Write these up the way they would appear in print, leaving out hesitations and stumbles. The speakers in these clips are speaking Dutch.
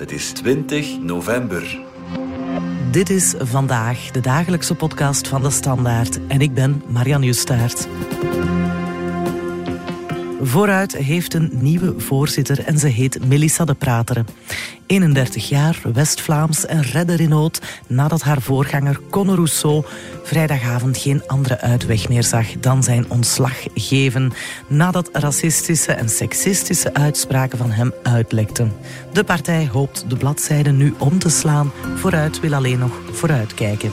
Het is 20 november. Dit is Vandaag, de dagelijkse podcast van De Standaard. En ik ben Marianne Justaert. Vooruit heeft een nieuwe voorzitter en ze heet Melissa De Prateren. 31 jaar, West-Vlaams en redder in nood nadat haar voorganger Conor Rousseau vrijdagavond geen andere uitweg meer zag dan zijn ontslag geven nadat racistische en seksistische uitspraken van hem uitlekten. De partij hoopt de bladzijde nu om te slaan. Vooruit wil alleen nog vooruitkijken.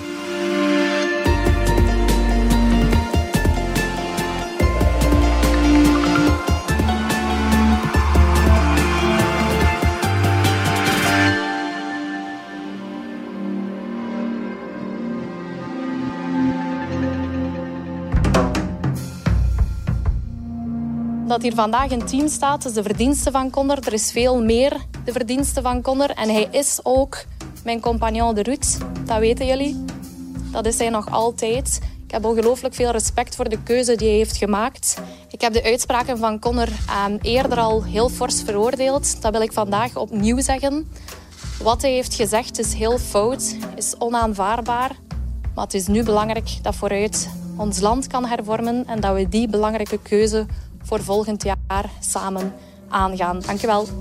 Dat hier vandaag een team staat, is de verdienste van Conor. Er is veel meer de verdienste van Conor. En hij is ook mijn compagnon de route. Dat weten jullie. Dat is hij nog altijd. Ik heb ongelooflijk veel respect voor de keuze die hij heeft gemaakt. Ik heb de uitspraken van Conor eerder al heel fors veroordeeld. Dat wil ik vandaag opnieuw zeggen. Wat hij heeft gezegd is heel fout, is onaanvaardbaar. Maar het is nu belangrijk dat vooruit ons land kan hervormen en dat we die belangrijke keuze voor volgend jaar samen aangaan. Dank je wel.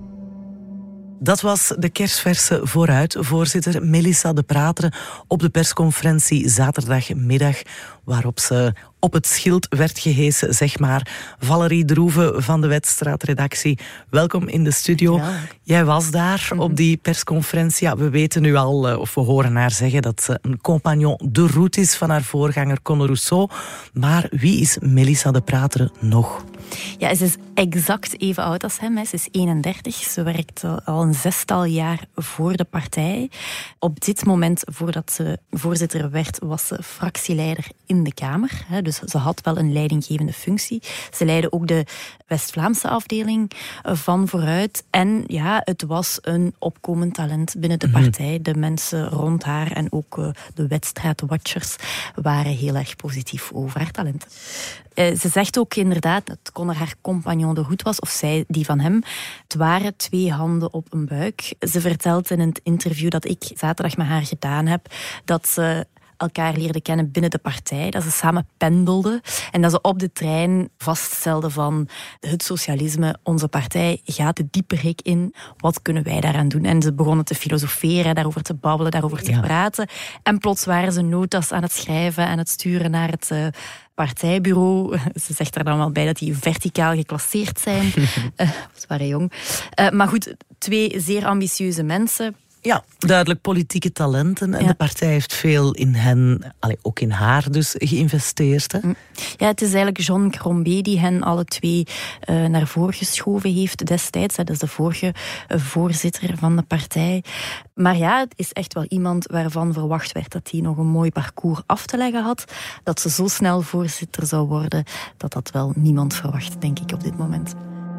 Dat was de kersverse vooruit-voorzitter Melissa De Prateren op de persconferentie zaterdagmiddag, waarop ze op het schild werd gehesen, zeg maar. Valerie Droeven van de Wetstraatredactie, welkom in de studio. Ja. Jij was daar op die persconferentie. Ja, we weten nu al, of we horen haar zeggen, dat ze een compagnon de route is van haar voorganger Conor Rousseau. Maar wie is Melissa De Prateren nog? Ja, ze is exact even oud als hem. Ze is 31. Ze werkt al een 6-tal jaar voor de partij. Op dit moment, voordat ze voorzitter werd, was ze fractieleider in de Kamer. Dus ze had wel een leidinggevende functie. Ze leidde ook de West-Vlaamse afdeling van Vooruit. En ja, het was een opkomend talent binnen de partij. De mensen rond haar en ook de Wetstraat-watchers waren heel erg positief over haar talenten. Ze zegt ook inderdaad dat Conor haar compagnon de route was, of zij die van hem. Het waren 2 handen op een buik. Ze vertelt in het interview dat ik zaterdag met haar gedaan heb, dat ze elkaar leerden kennen binnen de partij, dat ze samen pendelden en dat ze op de trein vaststelden van het socialisme, onze partij gaat de dieperik in, wat kunnen wij daaraan doen? En ze begonnen te filosoferen, daarover te babbelen, daarover te praten. En plots waren ze notas aan het schrijven, aan het sturen naar het partijbureau. Ze zegt er dan wel bij dat die verticaal geclasseerd zijn. Ze waren jong. Maar goed, 2 zeer ambitieuze mensen. Ja, duidelijk politieke talenten. En de partij heeft veel in hen, ook in haar dus, geïnvesteerd. Hè? Ja, het is eigenlijk John Crombie die hen alle 2 naar voren geschoven heeft destijds. Dat is de vorige voorzitter van de partij. Maar ja, het is echt wel iemand waarvan verwacht werd dat hij nog een mooi parcours af te leggen had. Dat ze zo snel voorzitter zou worden, dat wel niemand verwacht, denk ik, op dit moment.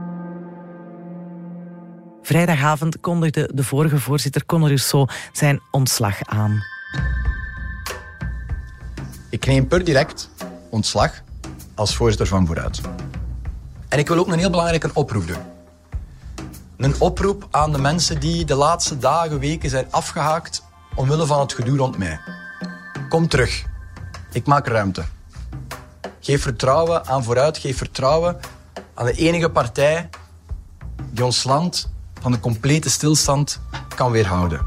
Vrijdagavond kondigde de vorige voorzitter Conor Rousseau zijn ontslag aan. Ik neem per direct ontslag als voorzitter van Vooruit. En ik wil ook een heel belangrijke oproep doen. Een oproep aan de mensen die de laatste dagen, weken zijn afgehaakt omwille van het gedoe rond mij. Kom terug. Ik maak ruimte. Geef vertrouwen aan Vooruit. Geef vertrouwen aan de enige partij die ons land van de complete stilstand kan weerhouden.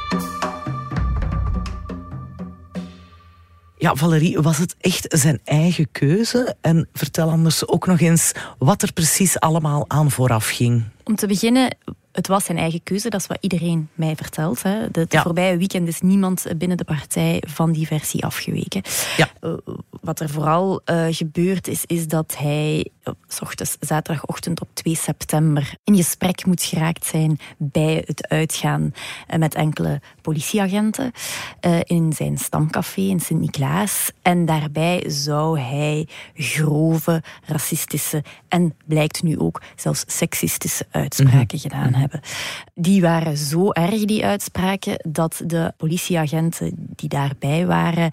Ja, Valerie, was het echt zijn eigen keuze? En vertel anders ook nog eens wat er precies allemaal aan vooraf ging. Om te beginnen, het was zijn eigen keuze, dat is wat iedereen mij vertelt. Het voorbije weekend is niemand binnen de partij van die versie afgeweken. Ja. Wat er vooral gebeurd is dat hij 's ochtends, zaterdagochtend op 2 september in gesprek moet geraakt zijn bij het uitgaan met enkele politieagenten in zijn stamcafé in Sint-Niklaas. En daarbij zou hij grove, racistische en blijkt nu ook zelfs seksistische uitspraken gedaan hebben. Die waren zo erg, die uitspraken, dat de politieagenten die daarbij waren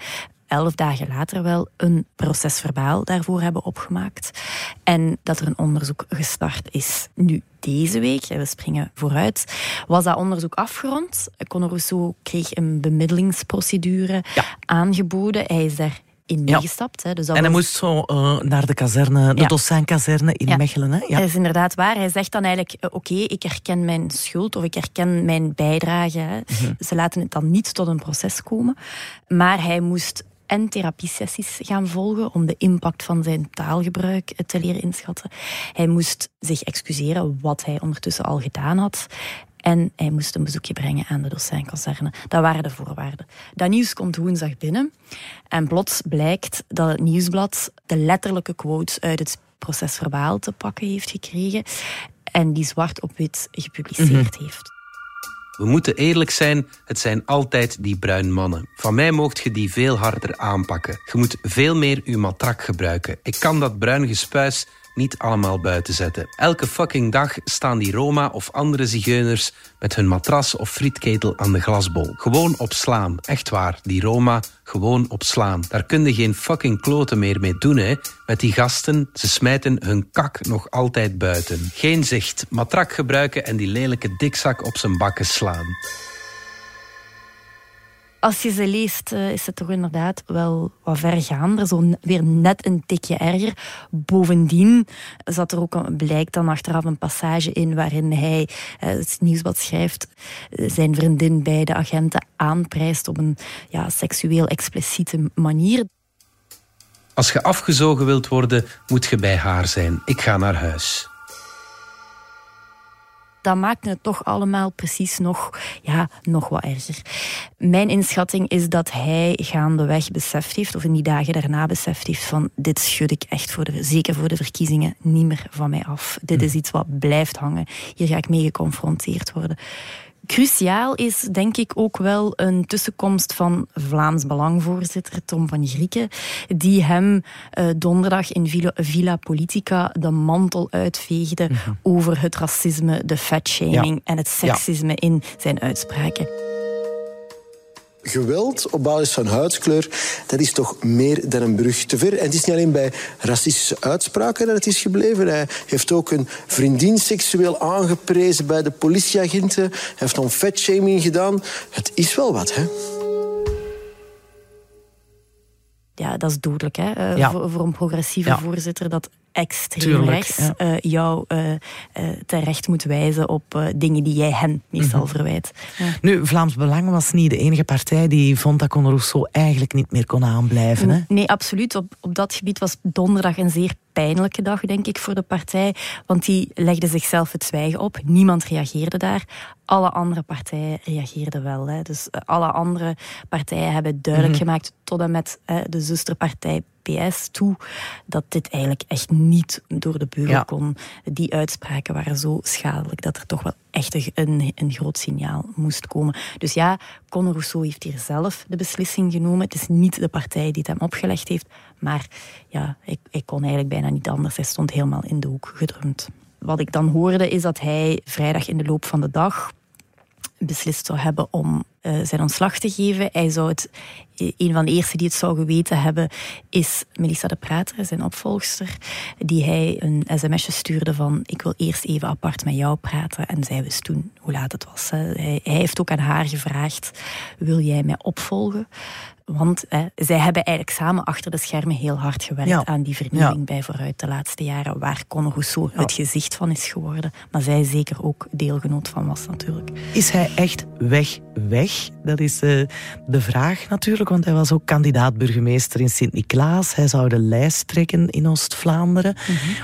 11 dagen later wel een procesverbaal daarvoor hebben opgemaakt. En dat er een onderzoek gestart is. Nu, deze week, we springen vooruit, was dat onderzoek afgerond. Conor Rousseau kreeg een bemiddelingsprocedure aangeboden. Hij is daar in meegestapt. Hè. Dus dat hij moest zo naar de kazerne, de Dossijn-kazerne in Mechelen. Hè? Ja. Dat is inderdaad waar. Hij zegt dan eigenlijk, oké, ik herken mijn schuld of ik herken mijn bijdrage. Hè. Ze laten het dan niet tot een proces komen. Maar hij moest en therapiesessies gaan volgen om de impact van zijn taalgebruik te leren inschatten. Hij moest zich excuseren, wat hij ondertussen al gedaan had. En hij moest een bezoekje brengen aan de Dossijn-kazerne. Dat waren de voorwaarden. Dat nieuws komt woensdag binnen. En plots blijkt dat het Nieuwsblad de letterlijke quotes uit het procesverbaal te pakken heeft gekregen. En die zwart op wit gepubliceerd heeft. We moeten eerlijk zijn, het zijn altijd die bruin mannen. Van mij moogt je die veel harder aanpakken. Je moet veel meer uw matrak gebruiken. Ik kan dat bruin gespuis niet allemaal buiten zetten. Elke fucking dag staan die Roma of andere zigeuners met hun matras of frietketel aan de glasbol. Gewoon op slaan. Echt waar, die Roma, gewoon op slaan. Daar kun je geen fucking kloten meer mee doen, hè. Met die gasten, ze smijten hun kak nog altijd buiten. Geen zicht, matrak gebruiken en die lelijke dikzak op zijn bakken slaan. Als je ze leest, is het toch inderdaad wel wat vergaander. Zo weer net een tikje erger. Bovendien zat er ook blijkt dan achteraf een passage in waarin hij, het Nieuwsblad schrijft, zijn vriendin bij de agenten aanprijst op een seksueel expliciete manier. Als je afgezogen wilt worden, moet je bij haar zijn. Ik ga naar huis. Dat maakt het toch allemaal precies nog wat erger. Mijn inschatting is dat hij gaandeweg beseft heeft, of in die dagen daarna beseft heeft van dit schud ik echt zeker voor de verkiezingen niet meer van mij af. Dit is iets wat blijft hangen. Hier ga ik mee geconfronteerd worden. Cruciaal is, denk ik, ook wel een tussenkomst van Vlaams Belang-voorzitter Tom van Grieken, die hem donderdag in Villa Politica de mantel uitveegde over het racisme, de fatshaming en het seksisme in zijn uitspraken. Geweld op basis van huidskleur, dat is toch meer dan een brug te ver. En het is niet alleen bij racistische uitspraken dat het is gebleven. Hij heeft ook een vriendin seksueel aangeprezen bij de politieagenten. Hij heeft dan fatshaming gedaan. Het is wel wat, hè? Ja, dat is dodelijk, hè? Voor een progressieve voorzitter dat extreem rechts jou terecht moet wijzen op dingen die jij hen meestal verwijt. Ja. Nu, Vlaams Belang was niet de enige partij die vond dat Conor Rousseau eigenlijk niet meer kon aanblijven. Hè? Nee, absoluut. Op dat gebied was donderdag een zeer pijnlijke dag, denk ik, voor de partij. Want die legde zichzelf het zwijgen op. Niemand reageerde daar. Alle andere partijen reageerden wel. Hè. Dus alle andere partijen hebben duidelijk gemaakt, tot en met de zusterpartij PS toe, dat dit eigenlijk echt niet door de beugel kon. Die uitspraken waren zo schadelijk dat er toch wel echt een groot signaal moest komen. Dus ja, Conor Rousseau heeft hier zelf de beslissing genomen. Het is niet de partij die het hem opgelegd heeft, maar ja, ik kon eigenlijk bijna niet anders. Hij stond helemaal in de hoek gedrumd. Wat ik dan hoorde is dat hij vrijdag in de loop van de dag beslist zou hebben om zijn ontslag te geven. Hij zou een van de eerste die het zou geweten hebben, is Melissa de Prater, zijn opvolgster, die hij een sms'je stuurde van ik wil eerst even apart met jou praten. En zij wist toen hoe laat het was. Hij heeft ook aan haar gevraagd, wil jij mij opvolgen? Want zij hebben eigenlijk samen achter de schermen heel hard gewerkt aan die vernieuwing bij Vooruit de laatste jaren, waar Conor Rousseau het gezicht van is geworden. Maar zij zeker ook deelgenoot van was natuurlijk. Is hij echt weg? Dat is de vraag natuurlijk, want hij was ook kandidaat-burgemeester in Sint-Niklaas. Hij zou de lijst trekken in Oost-Vlaanderen.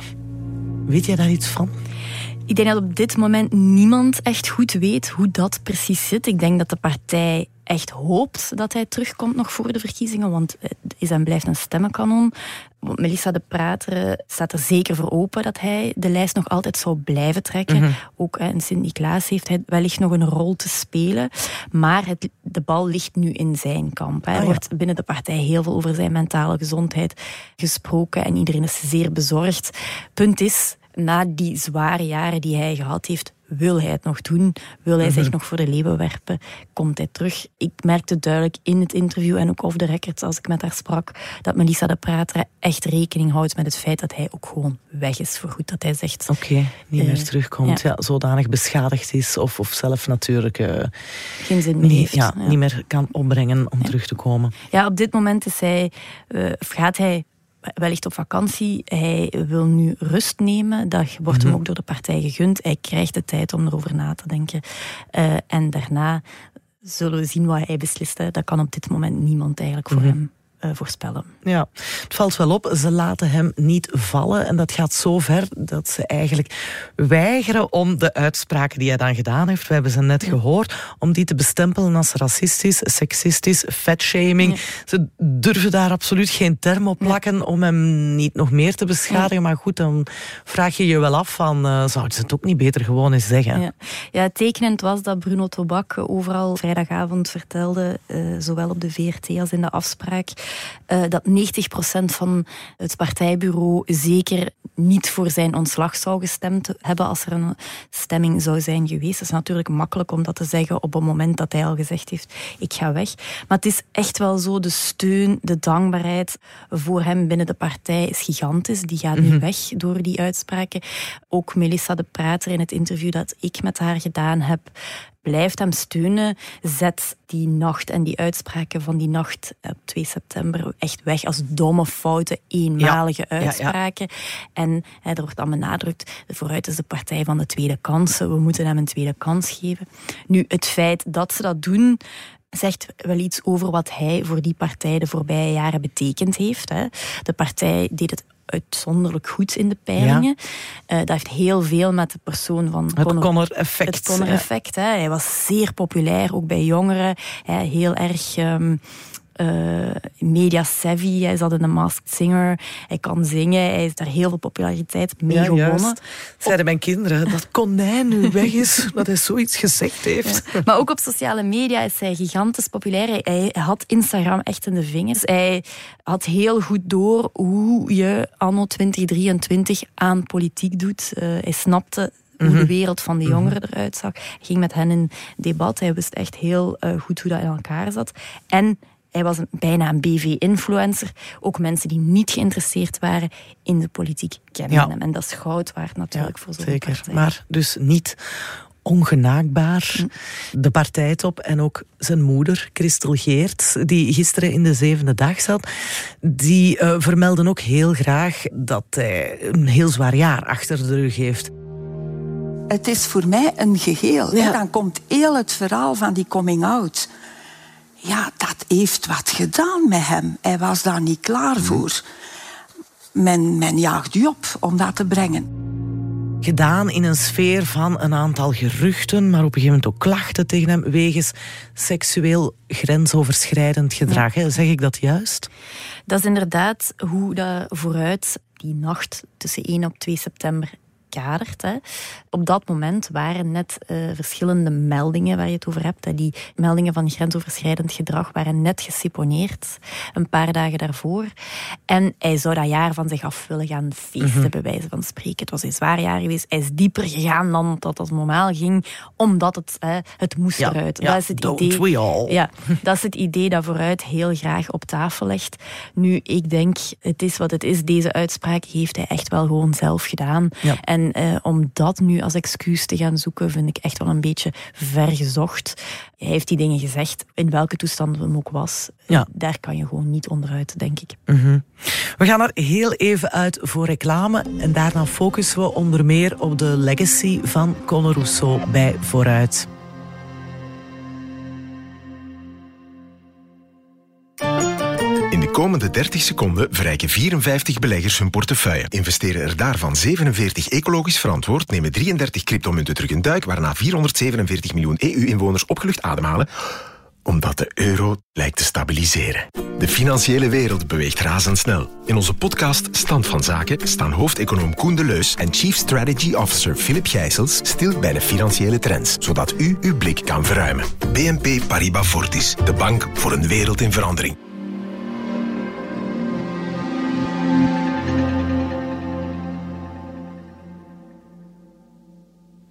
Weet jij daar iets van? Ik denk dat op dit moment niemand echt goed weet hoe dat precies zit. Ik denk dat de partij echt hoopt dat hij terugkomt nog voor de verkiezingen, want het is en blijft een stemmenkanon. Melissa de Prater staat er zeker voor open dat hij de lijst nog altijd zou blijven trekken. Ook in Sint-Niklaas heeft hij wellicht nog een rol te spelen. Maar de bal ligt nu in zijn kamp. Er wordt binnen de partij heel veel over zijn mentale gezondheid gesproken en iedereen is zeer bezorgd. Punt is, na die zware jaren die hij gehad heeft, wil hij het nog doen? Wil hij zich nog voor de leeuwen werpen? Komt hij terug? Ik merkte duidelijk in het interview en ook off the record als ik met haar sprak, dat Melissa De Prater echt rekening houdt met het feit dat hij ook gewoon weg is voorgoed. Dat hij zegt... Oké, niet meer terugkomt. Ja, zodanig beschadigd is of zelf natuurlijk... geen zin meer heeft. Ja, niet meer kan opbrengen om terug te komen. Ja, op dit moment is hij, gaat hij wellicht op vakantie. Hij wil nu rust nemen. Dat wordt hem ook door de partij gegund. Hij krijgt de tijd om erover na te denken. En daarna zullen we zien wat hij beslist. Hè. Dat kan op dit moment niemand eigenlijk voor hem voorspellen. Ja, het valt wel op. Ze laten hem niet vallen. En dat gaat zo ver dat ze eigenlijk weigeren om de uitspraken die hij dan gedaan heeft, we hebben ze net gehoord, om die te bestempelen als racistisch, seksistisch, fatshaming. Ja. Ze durven daar absoluut geen term op plakken om hem niet nog meer te beschadigen. Ja. Maar goed, dan vraag je je wel af van, zouden ze het ook niet beter gewoon eens zeggen? Ja, tekenend was dat Bruno Tobak overal vrijdagavond vertelde, zowel op de VRT als in de afspraak, dat 90% van het partijbureau zeker niet voor zijn ontslag zou gestemd hebben als er een stemming zou zijn geweest. Het is natuurlijk makkelijk om dat te zeggen op het moment dat hij al gezegd heeft, ik ga weg. Maar het is echt wel zo, de steun, de dankbaarheid voor hem binnen de partij is gigantisch. Die gaat nu weg door die uitspraken. Ook Melissa De Prater in het interview dat ik met haar gedaan heb, blijft hem steunen, zet die nacht en die uitspraken van die nacht op 2 september echt weg als domme, foute, eenmalige uitspraken. Ja. En er wordt dan benadrukt, Vooruit is de partij van de tweede kansen, we moeten hem een tweede kans geven. Nu, het feit dat ze dat doen, zegt wel iets over wat hij voor die partij de voorbije jaren betekend heeft. Hè. De partij deed het uitzonderlijk goed in de peilingen. Ja. Dat heeft heel veel met de persoon van het Connor-effect. Het Connor-effect. Hè. Hij was zeer populair, ook bij jongeren. Heel erg media-savvy. Hij zat in The Masked Singer. Hij kan zingen. Hij is daar heel veel populariteit mee gewonnen. Zeiden mijn kinderen dat konijn nu weg is, dat hij zoiets gezegd heeft. Ja. Maar ook op sociale media is hij gigantisch populair. Hij had Instagram echt in de vingers. Hij had heel goed door hoe je anno 2023 aan politiek doet. Hij snapte hoe de wereld van de jongeren eruit zag. Hij ging met hen in debat. Hij wist echt heel goed hoe dat in elkaar zat. En hij was bijna een BV-influencer. Ook mensen die niet geïnteresseerd waren in de politiek kennen hem. En dat is goud waard natuurlijk voor zo'n partij. Zeker, maar dus niet ongenaakbaar. De partijtop en ook zijn moeder, Christel Geert, die gisteren in de 7e dag zat, die vermelden ook heel graag dat hij een heel zwaar jaar achter de rug heeft. Het is voor mij een geheel. Ja. Dan komt heel het verhaal van die coming-out. Ja, dat heeft wat gedaan met hem. Hij was daar niet klaar voor. Men jaagt u op om dat te brengen. Gedaan in een sfeer van een aantal geruchten, maar op een gegeven moment ook klachten tegen hem wegens seksueel grensoverschrijdend gedrag. Ja. Zeg ik dat juist? Dat is inderdaad hoe dat Vooruit die nacht tussen 1 op 2 september kadert. Hè. Op dat moment waren net verschillende meldingen waar je het over hebt. Hè. Die meldingen van grensoverschrijdend gedrag waren net geseponeerd, een paar dagen daarvoor. En hij zou dat jaar van zich af willen gaan feesten, bij wijze van spreken. Het was een zwaar jaar geweest. Hij is dieper gegaan dan dat normaal ging, omdat het moest eruit. Ja, dat is het idee. Ja, dat is het idee dat Vooruit heel graag op tafel legt. Nu, ik denk, het is wat het is. Deze uitspraak heeft hij echt wel gewoon zelf gedaan. Ja. En om dat nu als excuus te gaan zoeken, vind ik echt wel een beetje vergezocht. Hij heeft die dingen gezegd, in welke toestand het ook was. Ja. Daar kan je gewoon niet onderuit, denk ik. We gaan er heel even uit voor reclame. En daarna focussen we onder meer op de legacy van Conor Rousseau bij Vooruit. In de komende 30 seconden verrijken 54 beleggers hun portefeuille. Investeren er daarvan 47 ecologisch verantwoord, nemen 33 cryptomunten terug een duik, waarna 447 miljoen EU-inwoners opgelucht ademhalen, omdat de euro lijkt te stabiliseren. De financiële wereld beweegt razendsnel. In onze podcast Stand van Zaken staan hoofdeconoom Koen de Leus en Chief Strategy Officer Philip Gijsels stil bij de financiële trends, zodat u uw blik kan verruimen. BNP Paribas Fortis, de bank voor een wereld in verandering.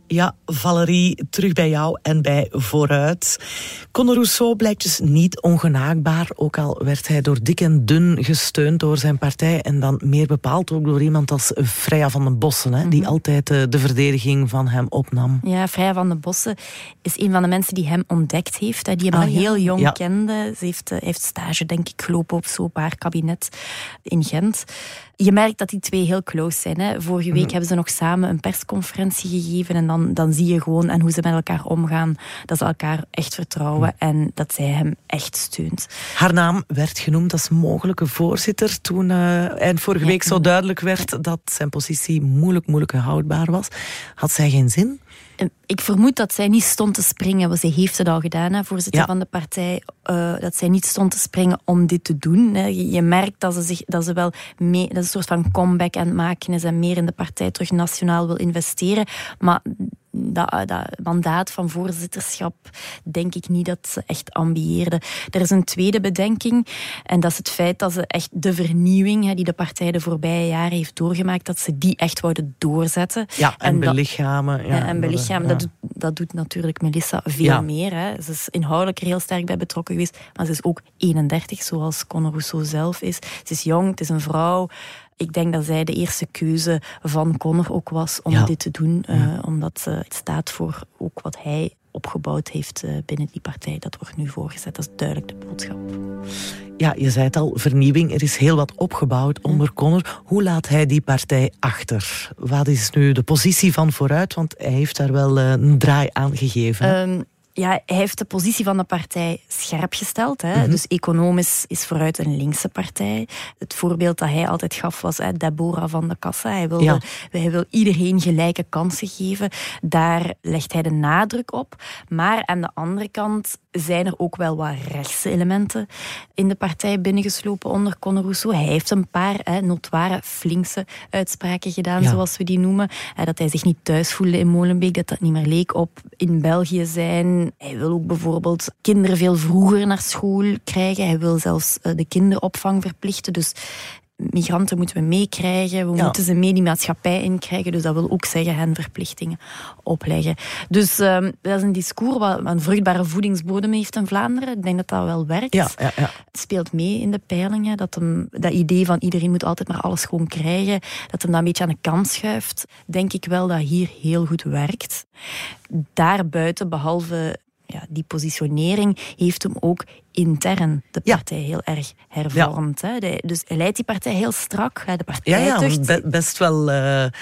Ja, Valerie, terug bij jou en bij Vooruit. Conor Rousseau blijkt dus niet ongenaakbaar, ook al werd hij door dik en dun gesteund door zijn partij en dan meer bepaald ook door iemand als Freya van den Bossen, die altijd de verdediging van hem opnam. Ja, Freya van den Bossen is een van de mensen die hem ontdekt heeft, die hem al heel jong kende. Ze heeft stage, denk ik, gelopen op zo'n paar kabinet in Gent. Je merkt dat die twee heel close zijn. Hè. Vorige week hebben ze nog samen een persconferentie gegeven en dan zie je gewoon en hoe ze met elkaar omgaan, dat ze elkaar echt vertrouwen en dat zij hem echt steunt. Haar naam werd genoemd als mogelijke voorzitter toen eind vorige week zo duidelijk werd dat zijn positie moeilijk houdbaar was. Had zij geen zin? Ik vermoed dat zij niet stond te springen, want zij heeft het al gedaan, voorzitter van de partij, dat zij niet stond te springen om dit te doen. Hè. Je merkt dat ze wel mee, dat is een soort van comeback aan het maken is en meer in de partij terug nationaal wil investeren. Maar dat mandaat van voorzitterschap denk ik niet dat ze echt ambieerde. Er is een tweede bedenking en dat is het feit dat ze echt de vernieuwing die de partij de voorbije jaren heeft doorgemaakt, dat ze die echt wouden doorzetten. Ja, en belichamen. En belichamen, dat doet natuurlijk Melissa veel meer. Hè. Ze is inhoudelijk er heel sterk bij betrokken geweest, maar ze is ook 31, zoals Conor Rousseau zelf is. Ze is jong, het is een vrouw. Ik denk dat zij de eerste keuze van Conor ook was om dit te doen. Omdat het staat voor ook wat hij opgebouwd heeft binnen die partij. Dat wordt nu voorgezet. Dat is duidelijk de boodschap. Ja, je zei het al, vernieuwing. Er is heel wat opgebouwd onder Conor. Hoe laat hij die partij achter? Wat is nu de positie van Vooruit? Want hij heeft daar wel een draai aan gegeven. Hij heeft de positie van de partij scherp gesteld. Hè. Dus economisch is Vooruit een linkse partij. Het voorbeeld dat hij altijd gaf was Deborah van de Kassa. Hij wil iedereen gelijke kansen geven. Daar legt hij de nadruk op. Maar aan de andere kant zijn er ook wel wat rechtse elementen in de partij binnengeslopen onder Conor Rousseau. Hij heeft een paar notoire flinkse uitspraken gedaan, zoals we die noemen. Dat hij zich niet thuis voelde in Molenbeek, dat niet meer leek op in België zijn. Hij wil ook bijvoorbeeld kinderen veel vroeger naar school krijgen. Hij wil zelfs de kinderopvang verplichten. Dus migranten moeten we meekrijgen. We moeten ze mee die maatschappij inkrijgen. Dus dat wil ook zeggen hen verplichtingen opleggen. Dus dat is een discours wat een vruchtbare voedingsbodem heeft in Vlaanderen. Ik denk dat dat wel werkt. Het speelt mee in de peilingen. Dat idee van iedereen moet altijd maar alles gewoon krijgen. Dat hem dat een beetje aan de kant schuift. Denk ik wel dat hier heel goed werkt. Daarbuiten, behalve die positionering, heeft hem ook intern de partij heel erg hervormd. Hè. Dus hij leidt die partij heel strak. De partijtucht. Best wel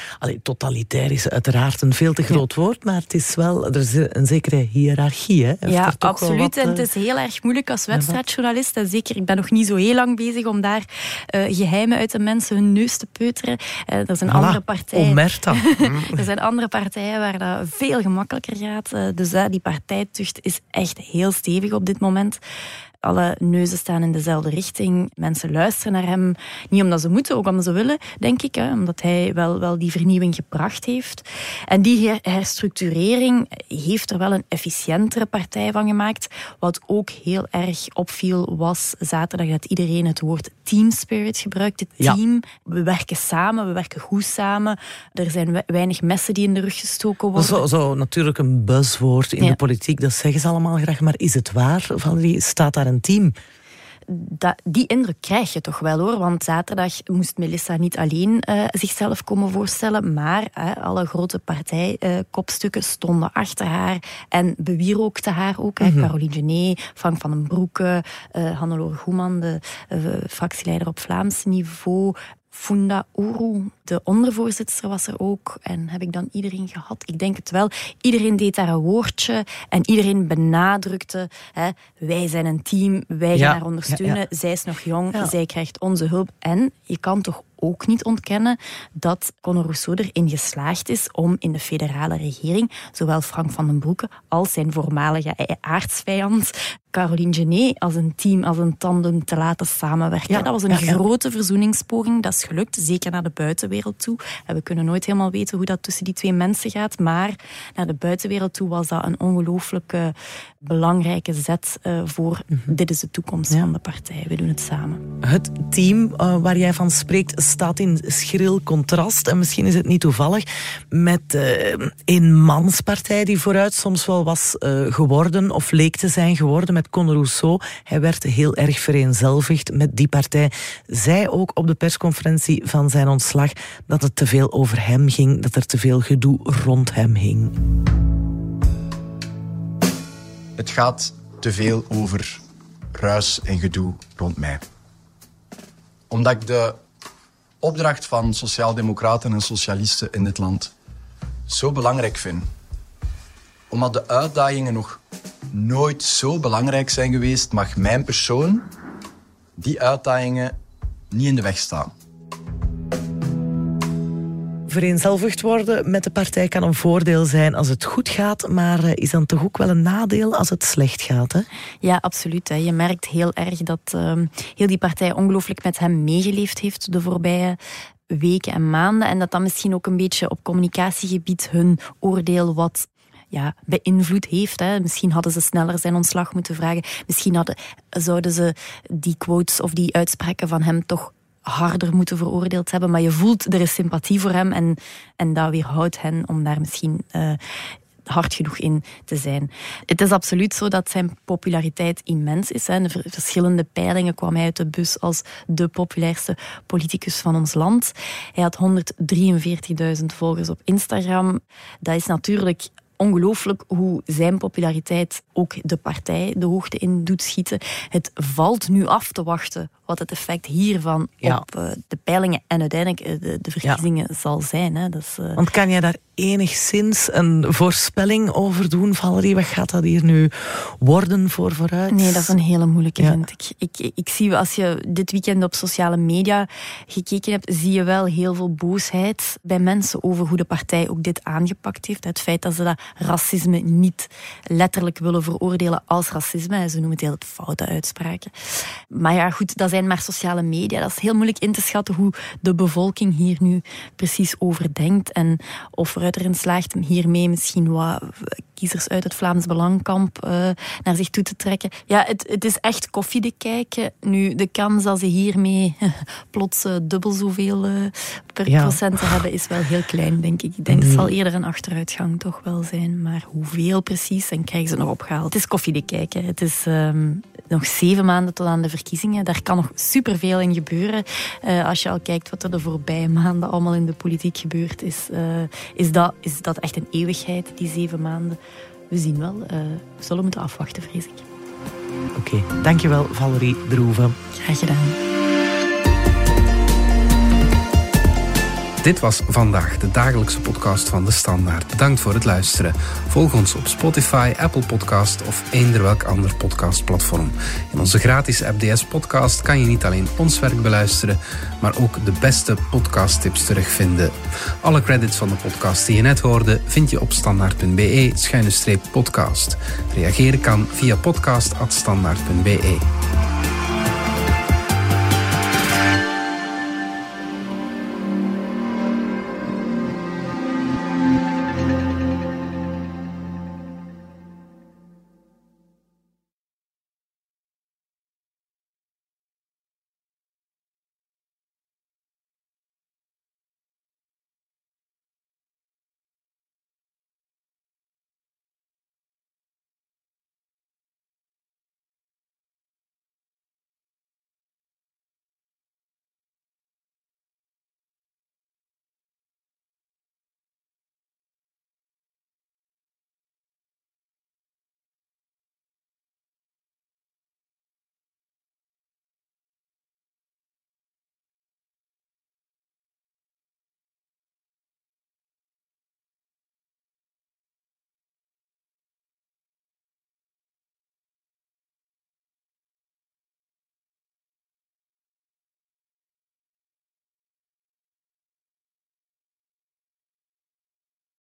totalitair is uiteraard een veel te groot woord, maar het is wel, er is een zekere hiërarchie. Hè. Ja, absoluut. En het is heel erg moeilijk als wedstrijdjournalist. En zeker, ik ben nog niet zo heel lang bezig om daar geheimen uit de mensen hun neus te peuteren. Er zijn andere partijen. Omerta. Er zijn andere partijen waar dat veel gemakkelijker gaat. Dus die partijtucht is echt heel stevig op dit moment. Alle neuzen staan in dezelfde richting. Mensen luisteren naar hem. Niet omdat ze moeten, ook omdat ze willen, denk ik. Omdat hij wel die vernieuwing gebracht heeft. En die herstructurering heeft er wel een efficiëntere partij van gemaakt. Wat ook heel erg opviel was zaterdag dat iedereen het woord team spirit gebruikt. Het team. We werken samen, we werken goed samen. Er zijn weinig messen die in de rug gestoken worden. Zo natuurlijk een buzzwoord in de politiek. Dat zeggen ze allemaal graag. Maar is het waar, Valerie? Staat daar een team? Die indruk krijg je toch wel, hoor. Want zaterdag moest Melissa niet alleen zichzelf komen voorstellen, maar alle grote partijkopstukken stonden achter haar en bewierookten haar ook. Caroline Genet, Frank van den Broeke, Hannelore Goeman, de fractieleider op Vlaams niveau, Funda Ouro, de ondervoorzitter, was er ook. En heb ik dan iedereen gehad? Ik denk het wel. Iedereen deed daar een woordje en iedereen benadrukte, wij zijn een team, wij gaan haar ondersteunen. Zij is nog jong, zij krijgt onze hulp. En je kan toch ook niet ontkennen dat Conor Rousseau erin geslaagd is om in de federale regering zowel Frank van den Broeke als zijn voormalige aardsvijand Caroline Genet als een team, als een tandem te laten samenwerken. Dat was een grote verzoeningspoging. Dat is gelukt, zeker naar de buitenwereld toe. En we kunnen nooit helemaal weten hoe dat tussen die twee mensen gaat, maar naar de buitenwereld toe was dat een ongelooflijke belangrijke zet voor dit is de toekomst van de partij. We doen het samen. Het team waar jij van spreekt staat in schril contrast, en misschien is het niet toevallig, met een manspartij die vooruit soms wel was geworden, of leek te zijn geworden, met Conor Rousseau. Hij werd heel erg vereenzelvigd met die partij. Zei ook op de persconferentie van zijn ontslag dat het te veel over hem ging, dat er te veel gedoe rond hem hing. Het gaat te veel over ruis en gedoe rond mij. Omdat ik de opdracht van sociaaldemocraten en socialisten in dit land zo belangrijk vind. Omdat de uitdagingen nog nooit zo belangrijk zijn geweest, mag mijn persoon die uitdagingen niet in de weg staan. Vereenzelvigd worden met de partij kan een voordeel zijn als het goed gaat, maar is dan toch ook wel een nadeel als het slecht gaat, hè? Ja, absoluut. Hè. Je merkt heel erg dat heel die partij ongelooflijk met hem meegeleefd heeft de voorbije weken en maanden. En dat dan misschien ook een beetje op communicatiegebied hun oordeel wat beïnvloed heeft. Hè. Misschien hadden ze sneller zijn ontslag moeten vragen. Misschien zouden ze die quotes of die uitspraken van hem toch harder moeten veroordeeld hebben. Maar je voelt, er is sympathie voor hem en dat weerhoudt hen om daar misschien hard genoeg in te zijn. Het is absoluut zo dat zijn populariteit immens is. Hè. In de verschillende peilingen kwam hij uit de bus als de populairste politicus van ons land. Hij had 143.000 volgers op Instagram. Dat is natuurlijk ongelooflijk hoe zijn populariteit ook de partij de hoogte in doet schieten. Het valt nu af te wachten wat het effect hiervan op de peilingen en uiteindelijk de verkiezingen zal zijn. Hè. Dat is, Want kan jij daar enigszins een voorspelling over doen, Valerie? Wat gaat dat hier nu worden vooruit? Nee, dat is een hele moeilijke, vind ik. Ik zie, als je dit weekend op sociale media gekeken hebt, zie je wel heel veel boosheid bij mensen over hoe de partij ook dit aangepakt heeft. Het feit dat ze dat racisme niet letterlijk willen veroordelen als racisme. Ze noemen het heel het foute uitspraken. Maar ja, goed, dat zijn maar sociale media. Dat is heel moeilijk in te schatten hoe de bevolking hier nu precies over denkt en of eruit erin slaagt hiermee misschien wat kiezers uit het Vlaams Belangkamp naar zich toe te trekken. Ja, het is echt koffie kijken. Nu, de kans dat ze hiermee plots dubbel zoveel procenten hebben, is wel heel klein, denk ik. Ik denk het zal eerder een achteruitgang toch wel zijn. Maar hoeveel precies, en krijgen ze het nog opgehaald. Het is koffie kijken. Het is nog 7 maanden tot aan de verkiezingen. Daar kan nog superveel in gebeuren. Als je al kijkt wat er de voorbije maanden allemaal in de politiek gebeurd is dat echt een eeuwigheid, die 7 maanden. We zien wel. We zullen moeten afwachten, vrees ik. Oké, dankjewel Valerie Droeven. Graag gedaan. Dit was Vandaag, de dagelijkse podcast van De Standaard. Bedankt voor het luisteren. Volg ons op Spotify, Apple Podcast of eender welk ander podcastplatform. In onze gratis app DS Podcast kan je niet alleen ons werk beluisteren, maar ook de beste podcasttips terugvinden. Alle credits van de podcast die je net hoorde vind je op standaard.be/podcast. Reageren kan via podcast@standaard.be.